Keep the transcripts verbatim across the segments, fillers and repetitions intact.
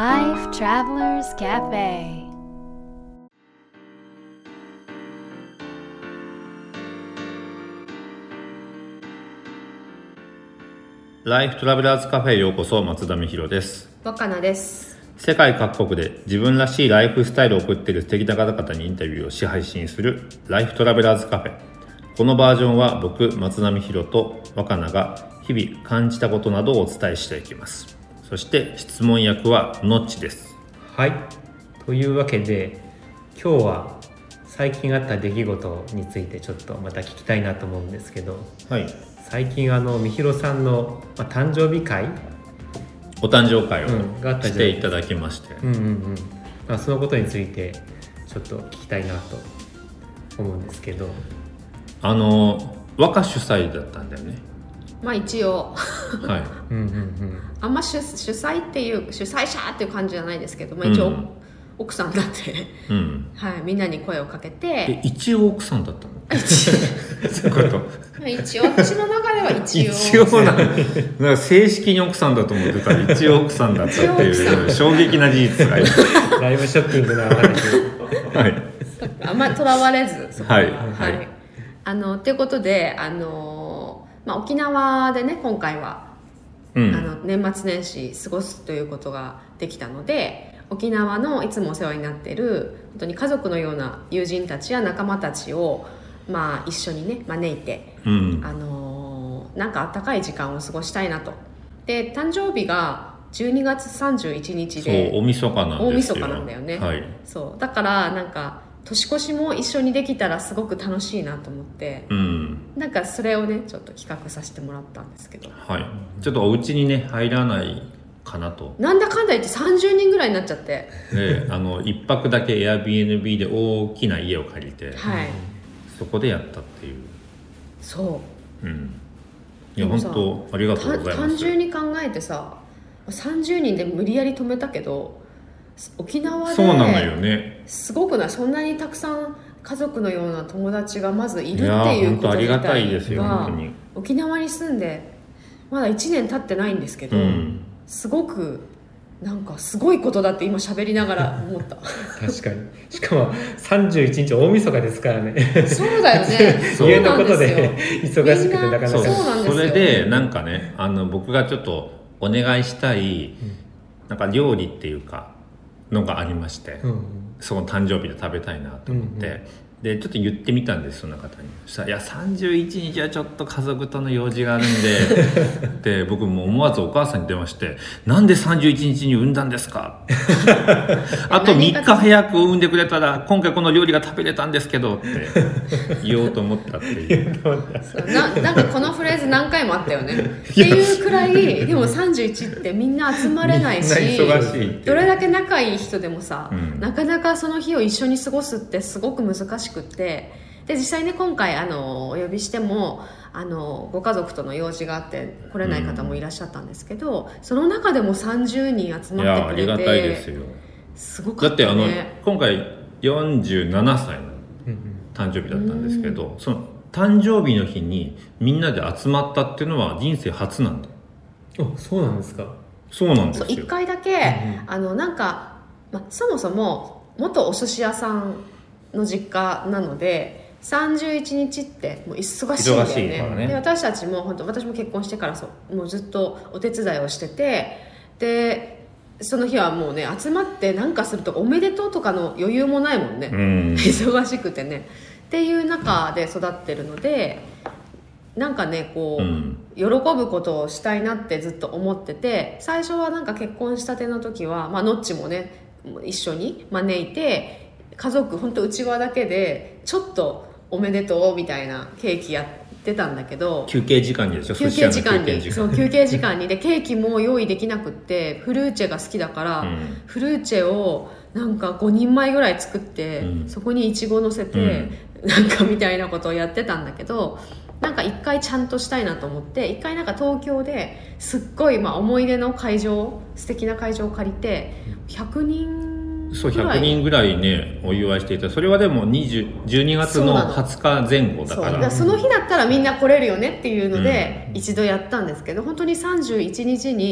Life Travelers Cafe。 ライフトラベラーズカフェへようこそ。松田美弘です。 若菜です。 世界各国で自分らしいライフスタイルを送っている素敵な方々にインタビューをし配信するライフトラベラーズカフェ。このバージョンは僕松田美弘と若菜が日々感じたことなどをお伝えしていきます。そして質問役はのっちです。 はい、というわけで今日は最近あった出来事についてちょっとまた聞きたいなと思うんですけど、 はい、 最近あの美弘さんの、まあ、誕生日会お誕生会を、 うん、があったしていただきまして、 うんうんうん、まあ、そのことについてちょっと聞きたいなと思うんですけど、 あの若主催だったんだよね。 まあ一応はい、 うんうんうん、 あんま 主, 主催っていう主催者っていう感じじゃないですけど、まあ、一応、うん、奥さんだって、うんはい、みんなに声をかけて。 え一応奥さんだったの？そういうこと。 一応私の中では一応一応ななんか正式に奥さんだと思ってたら一応奥さんだったっていう衝撃な事実がだいぶショッキングな話はいあんまりとらわれずそこはい、 はいはい、あのということであの、まあ、沖縄でね今回は、うん、あの年末年始過ごすということができたので、沖縄のいつもお世話になっている本当に家族のような友人たちや仲間たちを、まあ、一緒にね招いて、うん、あのなんか温かい時間を過ごしたいなと。で誕生日がじゅうにがつさんじゅういちにちで、 そう大晦日なんですよ。 大晦日なんだよね、 はい、 そうだからなんか年越しも一緒にできたらすごく楽しいなと思って、うん、なんかそれをねちょっと企画させてもらったんですけど、 はい、ちょっとお家にね入らないかなと。 なんだかんだ言ってさんじゅうにんぐらいになっちゃって、 であのいっぱくだけ Airbnb で大きな家を借りて、はい、そこでやったっていう。 そう、うん、 いや本当ありがとうございます。 単純に考えてささんじゅうにんで無理やり止めたけど沖縄でそうなのよね。 すごくない？そんなにたくさん家族のような友達がまずいるっていうこと自体が沖縄に住んでまだいちねん経ってないんですけど、うん、すごくなんかすごいことだって今喋りながら思った確かに。しかもさんじゅういちにち大晦日ですからね。 そうだよね家のことで忙しくてなかなか。 そうなんですよ。それでなんかねあの僕がちょっとお願いしたい、うん、なんか料理っていうかのがありまして、うんうん、その誕生日で食べたいなと思って、うんうん、でちょっと言ってみたんですその方に。そしたらいやさんじゅういちにちはちょっと家族との用事があるんでで僕も思わずお母さんに電話してなんでさんじゅういちにちに産んだんですかあとみっか早く産んでくれたら今回この料理が食べれたんですけどって言おうと思ったっていうな, なんかこのフレーズ何回もあったよねっていうくらい。でもさんじゅういちってみんな集まれないし、 みんな忙しい。 どれだけ仲いい人でもさ、うん、なかなかその日を一緒に過ごすってすごく難しくって、で実際ね今回あのお呼びしてもあのご家族との用事があって来れない方もいらっしゃったんですけど、うん、その中でもさんじゅうにん集まってくれて、いやありがたいですよ。すごかったね。 だってあの今回よんじゅうななさいの誕生日だったんですけど、うん、その誕生日の日にみんなで集まったっていうのは人生初なんだ。 あ、そうなんですか。 そうなんですよ。 いっかいだけ、うん、あのなんか、ま、そもそも元お寿司屋さんの実家なのでさんじゅういちにちってもう忙しいんだよ ね, ねで私たちも本当私も結婚してからそうもうずっとお手伝いをしてて、でその日はもうね集まってなんかするとおめでとうとかの余裕もないもんね、うん、忙しくてねっていう中で育ってるのでなんかねこう、うん、喜ぶことをしたいなってずっと思ってて、最初はなんか結婚したての時は、まあ、のっちもね一緒に招いて家族本当内輪だけでちょっとおめでとうみたいなケーキやってたんだけど、 休憩時間にでしょ。 休憩時間にそう休憩時間にでケーキも用意できなくってフルーチェが好きだから、うん、フルーチェをなんかごにんまえぐらい作って、うん、そこにイチゴ乗せて、うん、なんかみたいなことをやってたんだけど、なんか一回ちゃんとしたいなと思って一回なんか東京ですっごいまあ思い出の会場素敵な会場を借りてひゃくにんそうひゃくにんぐらいねお祝いしていた。それはでもにじゅう じゅうにがつのはつかぜん後だから、 そうだからその日だったらみんな来れるよねっていうので一度やったんですけど、うん、本当にさんじゅういちにちに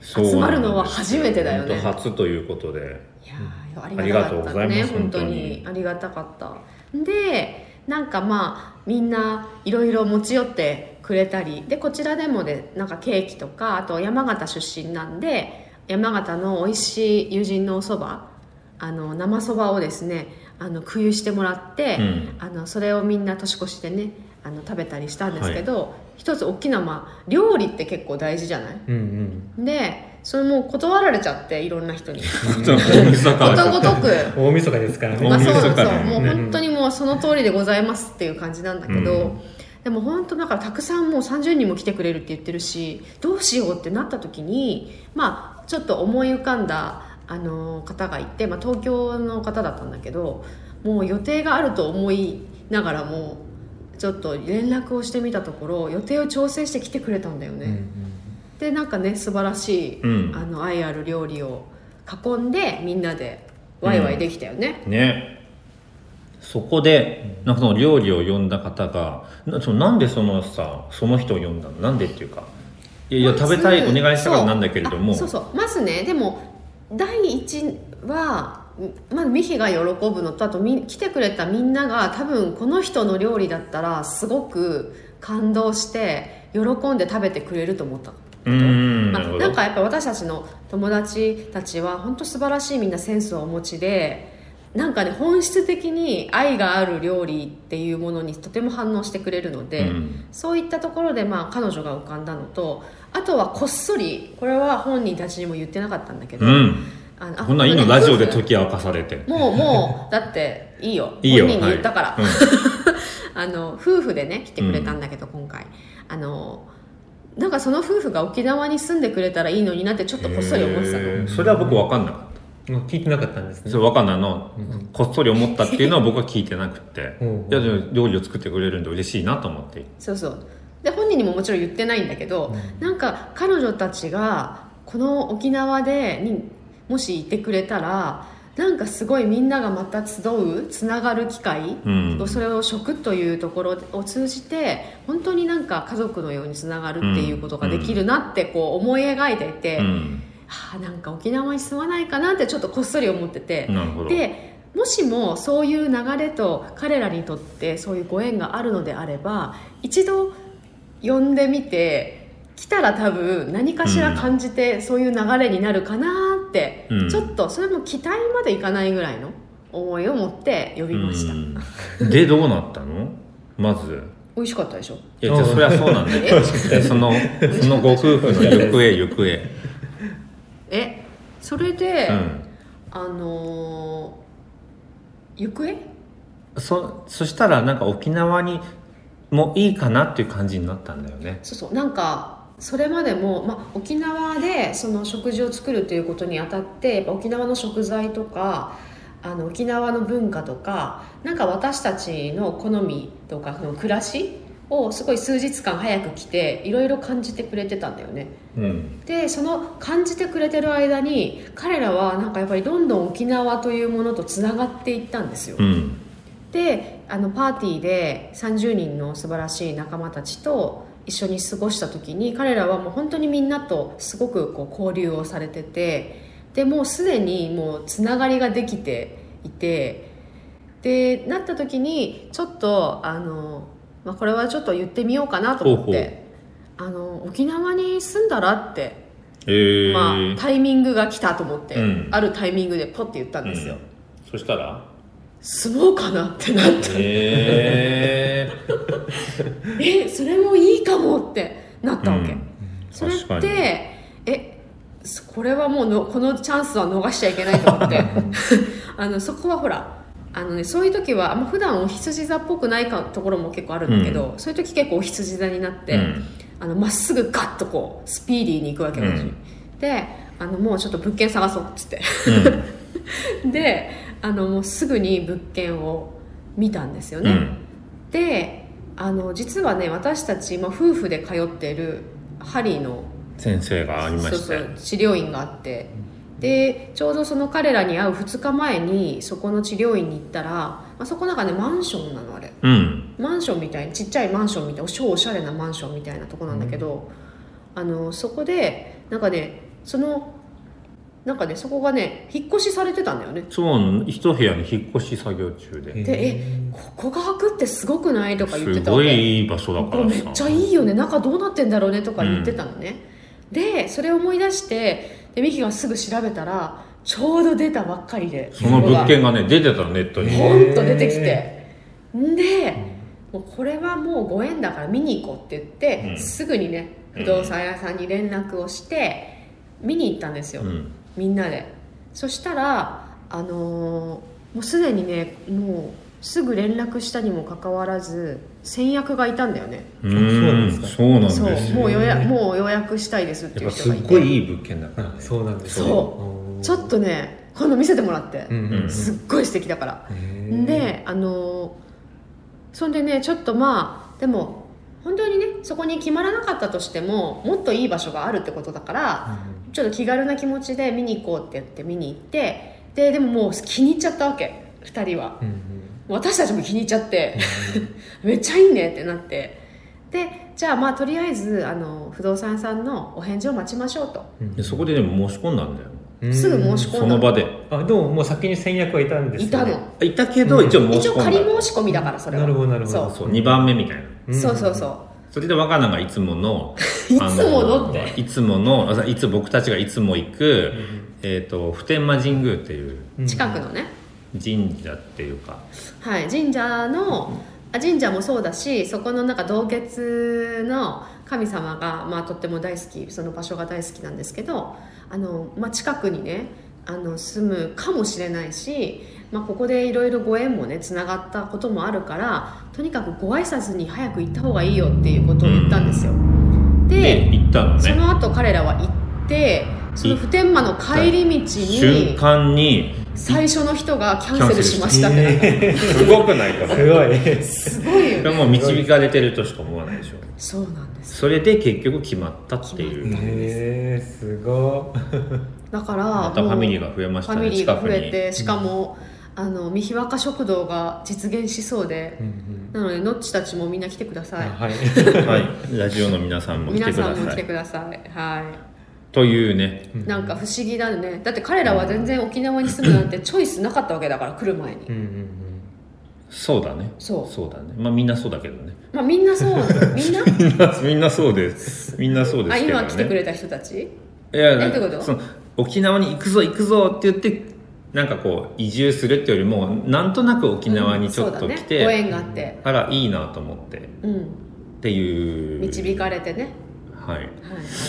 集まるのは初めてだよね。 初ということで、 いやありがたかったね。本当にありがたかった。でなんかまあみんないろいろ持ち寄ってくれたりで、こちらでもでなんかケーキとか、あと山形出身なんで山形の美味しい友人のおそば、あの生そばをですねあの空輸してもらって、うん、あのそれをみんな年越しでねあの食べたりしたんですけど、はい、一つ大きな、まあ、料理って結構大事じゃない、うんうん、でそれも断られちゃって、いろんな人にことごとく大晦日ですからね、 まあ、そうそうもう本当にもうその通りでございますっていう感じなんだけど、うん、でも本当だからたくさんもうさんじゅうにんも来てくれるって言ってるし、どうしようってなった時に、まあちょっと思い浮かんだあの方がいて、まあ、東京の方だったんだけど、もう予定があると思いながらもちょっと連絡をしてみたところ、予定を調整して来てくれたんだよね、うんうん、でなんかね素晴らしい、うん、あの愛ある料理を囲んでみんなでワイワイできたよね、 うん、ね。そこでなんかその料理を呼んだ方が な, そのなんでそのさその人を呼んだの、なんでっていうか、いやいや食べたいお願いしたからなんだけれども、 そうそうまずね、でも第一はまずミヒが喜ぶのと、あとみ来てくれたみんなが多分この人の料理だったらすごく感動して喜んで食べてくれると思った。 うーん、 まあ、なんかやっぱ私たちの友達たちは本当素晴らしいみんなセンスをお持ちで、なんかね本質的に愛がある料理っていうものにとても反応してくれるので、うん、そういったところでまあ彼女が浮かんだのと、あとはこっそりこれは本人たちにも言ってなかったんだけど、うん、 あのこんないいのラジオで解き明かされて、 もうもうだっていいよいいよ本人に言ったから、はいうん、あの夫婦でね来てくれたんだけど、うん、今回あのなんかその夫婦が沖縄に住んでくれたらいいのになってちょっとこっそり思ってたの。 それは僕分かんなかった。 聞いてなかったんですね。 そう分かんないの、うん、こっそり思ったっていうのは僕は聞いてなくていやでも料理を作ってくれるんで嬉しいなと思って。 そうそうで本人にももちろん言ってないんだけど、うん、なんか彼女たちがこの沖縄でにもしいてくれたらなんかすごいみんながまた集うつながる機会、うん、それを食というところを通じて本当になんか家族のようにつながるっていうことができるなってこう思い描いていて、うんうんはあ、なんか沖縄に住まないかなってちょっとこっそり思ってて、 なるほど。 でもしもそういう流れと彼らにとってそういうご縁があるのであれば一度呼んでみて来たら多分何かしら感じてそういう流れになるかなって、うん、ちょっとそれも期待までいかないぐらいの思いを持って呼びました、 うん、でどうなったの？まず美味しかったでしょ。 いやじゃあそれはそうなんだよそのそのご夫婦の行方行方えそれで、うん、あのー、行方そ, そしたらなんか沖縄にもいいかなっていう感じになったんだよね。 そうそうなんかそれまでも、まあ、沖縄でその食事を作るということにあたってやっぱ沖縄の食材とかあの沖縄の文化とかなんか私たちの好みとかその暮らしをすごい数日間早く来ていろいろ感じてくれてたんだよね、うん、でその感じてくれてる間に彼らはなんかやっぱりどんどん沖縄というものとつながっていったんですよ、うん、であのパーティーでさんじゅうにんの素晴らしい仲間たちと一緒に過ごした時に彼らはもう本当にみんなとすごくこう交流をされててでもうすでにもうつながりができていてでなった時にちょっとあのまあ、これはちょっと言ってみようかなと思ってあの沖縄に住んだらって、 えーまあ、タイミングが来たと思って、うん、あるタイミングでポッて言ったんですよ、 うん、そしたら住もうかなってなってえー、えそれもいいかもってなったわけ、うん、それってえこれはもうのこのチャンスは逃しちゃいけないと思ってあのそこはほらあのね、そういう時は、まあ、普段お羊座っぽくないかところも結構あるんだけど、うん、そういう時結構お羊座になって、うん、あのまっすぐガッとこうスピーディーに行くわけです、うん、であのもうちょっと物件探そうっつって、うん、であのもうすぐに物件を見たんですよね、うん、であの実はね私たち、まあ、夫婦で通っている針の先生がありまして、 そうそう治療院があってでちょうどその彼らに会うふつかまえにそこの治療院に行ったら、まあ、そこなんかねマンションなのあれ、 うん、 マンションみたいにちっちゃいマンションみたいな超おしゃれなマンションみたいなとこなんだけど、うん、あのそこでなんかねそのなんかねそこがね引っ越しされてたんだよね。 そう一部屋に引っ越し作業中ででえここが開くってすごくないとか言ってたわけ。すごいいいい場所だからさめっちゃいいよね中どうなってんだろうねとか言ってたのね、うん、でそれを思い出してでミキがすぐ調べたらちょうど出たばっかりでその物件がね出てたのネットにポンと出てきてでもうこれはもうご縁だから見に行こうって言って、うん、すぐにね不動産屋さんに連絡をして見に行ったんですよ、うん、みんなで。そしたらあのー、もうすでにねもうすぐ連絡したにもかかわらず先約がいたんだよね。 うんそうなんですか。そうなんですね。 そうもう予約もう予約したいですっていう人がいてすっごいいい物件だから、ね、 そうなんですよ。そうちょっとね今度見せてもらって、うんうんうん、すっごい素敵だから。であのー、そんでねちょっとまあでも本当にねそこに決まらなかったとしてももっといい場所があるってことだから、うん、ちょっと気軽な気持ちで見に行こうって言って見に行ってででももう気に入っちゃったわけふたりは、うんうん、私たちも気に入っちゃってめっちゃいいねってなってでじゃあまあとりあえずあの不動産屋さんのお返事を待ちましょうと、 うん、でそこででも申し込んだんだよ。 すぐ申し込んだその場で。 あでももう先に先約はいたんですよね。 いたのいたけど、うん、一応申し込んだ。 一応仮申し込みだからそれは。 なるほどなるほど。 そうそうにばんめみたいな、 うん、そうそうそう。 それで若菜がいつものいつものっていつものいつ僕たちがいつも行く、うん、えーと普天間神宮っていう近くのね神社っていうか、 はい神社のあ神社もそうだしそこのなんか洞穴の神様が、まあ、とっても大好きその場所が大好きなんですけどあの、まあ、近くにねあの住むかもしれないし、まあ、ここでいろいろご縁もねつながったこともあるからとにかくご挨拶に早く行った方がいいよっていうことを言ったんですよ。で、 で行ったのね。 その後彼らは行ってその普天間の帰り道に瞬間に最初の人がキャンセルしましたってなった、 えー、すごくないかすごいすごいよね。 でも導かれてるとしか思わないでしょ。 そうなんです。 それで結局決まったっていう。 へえー、すごい。だからまたファミリーが増えましたね。 ファミリーが増えてしかも、うん、あの三日若食堂が実現しそうで、うんうん、なのでノッチたちもみんな来てください。 はい、はい、ラジオの皆さんも来てください。 皆さんも来てください。はい。 というね、 なんか不思議だね。だって彼らは全然沖縄に住むなんてチョイスなかったわけだから来る前に。うんうんうん、 そうだね。そうそうだね。まあみんなそうだけどね。 まあみんなそうなの。みんなみんなみんなそうです。みんなそうですけどね。 あ今来てくれた人たち？いやえどういうこと？その沖縄に行くぞ行くぞって言ってなんかこう移住するってよりもなんとなく沖縄にちょっと来て、 うんね、ご縁があってあらいいなと思って、うん、っていう導かれてね。 はい、はいはい、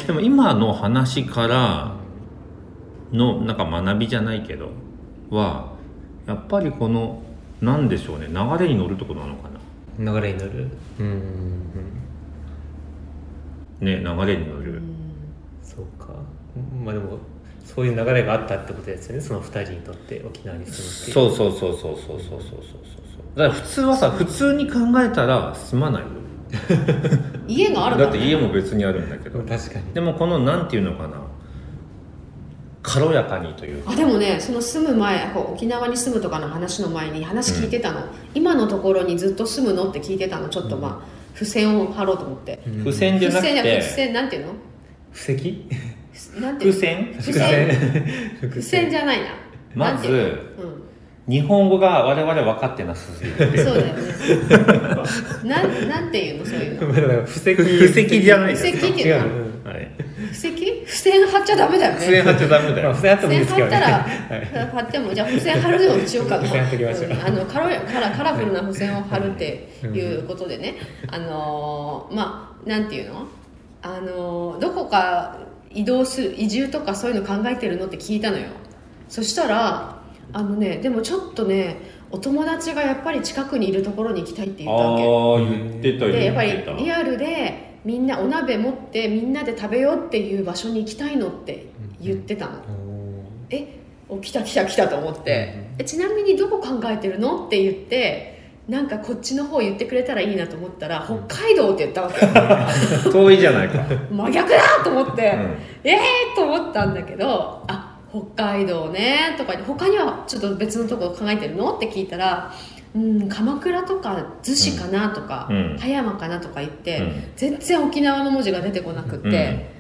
でも今の話からのなんか学びじゃないけどはやっぱりこのなんでしょうね流れに乗るところなのかな。流れに乗る。うんうんね流れに乗る。うんそうか。まあでもそういう流れがあったってことですよね。そのふたりにとって沖縄に住むっていう。 そうそうそうそうそうそうそうそうそう。だから普通はさ普通に考えたら住まないよ。 家があるから、 ね、だって家も別にあるんだけど確かにでもこのなんていうのかな軽やかにというかあでもねその住む前沖縄に住むとかの話の前に話聞いてたの、うん、今のところにずっと住むのって聞いてたのちょっとまあ、うん、付箋を貼ろうと思って、 うん、付箋じゃなくて付箋なんていうの布石なんていうの付箋付箋付箋じゃないなまず、うん日本語が我々分かってなさすぎるそうだよねな ん, なんていうのそういうの布石布石じゃないですか布石っていうの、はい、布石付箋貼っちゃダメだよね付箋貼っちゃダメだよ、まあ、 付箋貼ってもいいですけどね付箋貼ったら、はい、貼ってもじゃあ付箋貼るのにしようかと付箋貼ってきましょう、 うん、あのカラカラフルな付箋を貼るっていうことでね、あのー、まあなんていうのあのー、どこか移動する移住とかそういうの考えてるのって聞いたのよ。そしたらあのね、でもちょっとねお友達がやっぱり近くにいるところに行きたいって言ったわけ。 ああ言ってたでやっぱりリアルでみんなお鍋持ってみんなで食べようっていう場所に行きたいのって言ってたの、うん、えお来た来た来たと思って、うん、えちなみにどこ考えてるのって言ってなんかこっちの方言ってくれたらいいなと思ったら北海道って言ったわけ遠いじゃないか真逆だと思って、うん、えーと思ったんだけどあ北海道ねとか他にはちょっと別のところ考えてるのって聞いたら、うん、鎌倉とか逗子かなとか、うん、葉山かなとか言って、うん、全然沖縄の文字が出てこなくって、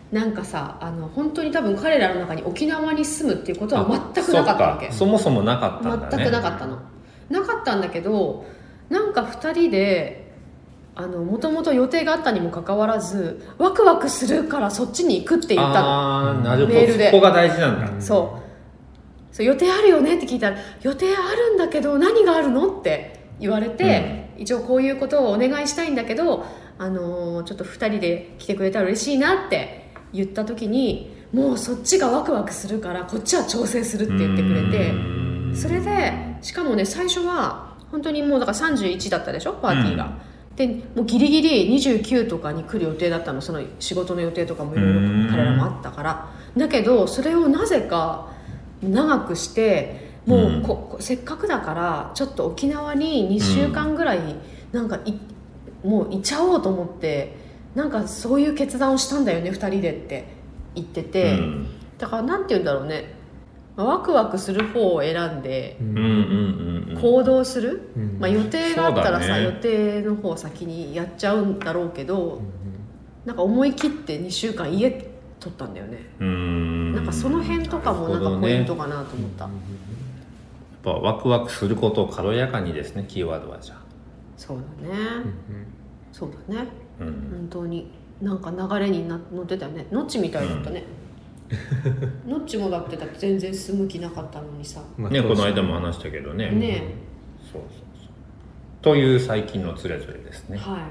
なんかさあの本当に多分彼らの中に沖縄に住むっていうことは全くなかったわけ。 そもそもなかったんだね。 全くなかったのなかったんだけど、なんかふたりでもともと予定があったにもかかわらずワクワクするからそっちに行くって言ったの。 あーなるほど、 メールでそこが大事なんだ、 うん、そうそう予定あるよねって聞いたら予定あるんだけど何があるのって言われて、うん、一応こういうことをお願いしたいんだけど、あのー、ちょっとふたりで来てくれたら嬉しいなって言った時にもうそっちがワクワクするからこっちは調整するって言ってくれて、それでしかもね最初は本当にもうだからさんじゅういちだったでしょパーティーが、うん、でもうギリギリにじゅうきゅうとかに来る予定だったの。その仕事の予定とかもいろいろ彼らもあったから。だけどそれをなぜか長くしてもうこ、うん、せっかくだからちょっと沖縄ににしゅうかんぐらいなんかい、うん、もう行っちゃおうと思ってなんかそういう決断をしたんだよねふたりでって言ってて、うん、だからなんて言うんだろうね、ワクワクする方を選んで行動する、うんうんうんまあ、予定があったらさ、ね、予定の方を先にやっちゃうんだろうけど、うんうん、なんか思い切ってにしゅうかん家取ったんだよね。うーんなんかその辺とかもなんかポイントかなと思った、ね、 やっぱワクワクすることを軽やかにですね、キーワードは。じゃあそうだね、うんうん、そうだね、うん、本当になんか流れにな乗ってたよね。ノッチみたいだったね、うん、ノッチもだってだって全然住む気なかったのにさ、 ね、この間も話したけどね。ね、そうそうそうという最近のつれづれですね。 はい、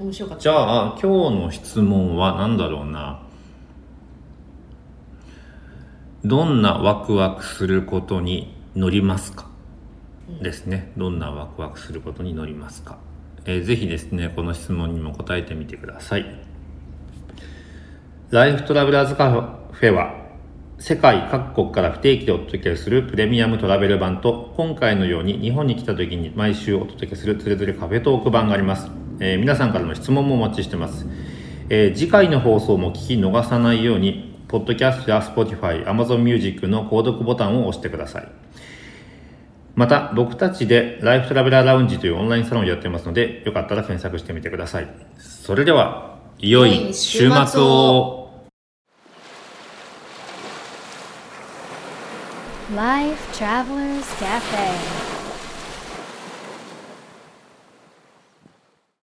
面白かった。 じゃあ今日の質問は何だろうな。どんなワクワクすることに乗りますか、うん、ですね。どんなワクワクすることに乗りますか、えー、ぜひですねこの質問にも答えてみてください。ライフトラベラーズカフェは世界各国から不定期でお届けするプレミアムトラベル版と、今回のように日本に来た時に毎週お届けするつれづれカフェトーク版があります。えー、皆さんからの質問もお待ちしてます。えー、次回の放送も聞き逃さないようにポッドキャストや Spotify、Amazon Music の購読ボタンを押してください。また僕たちでライフトラベラーラウンジというオンラインサロンをやってますので、よかったら検索してみてください。それでは良い週末を。 Life Travelers Cafe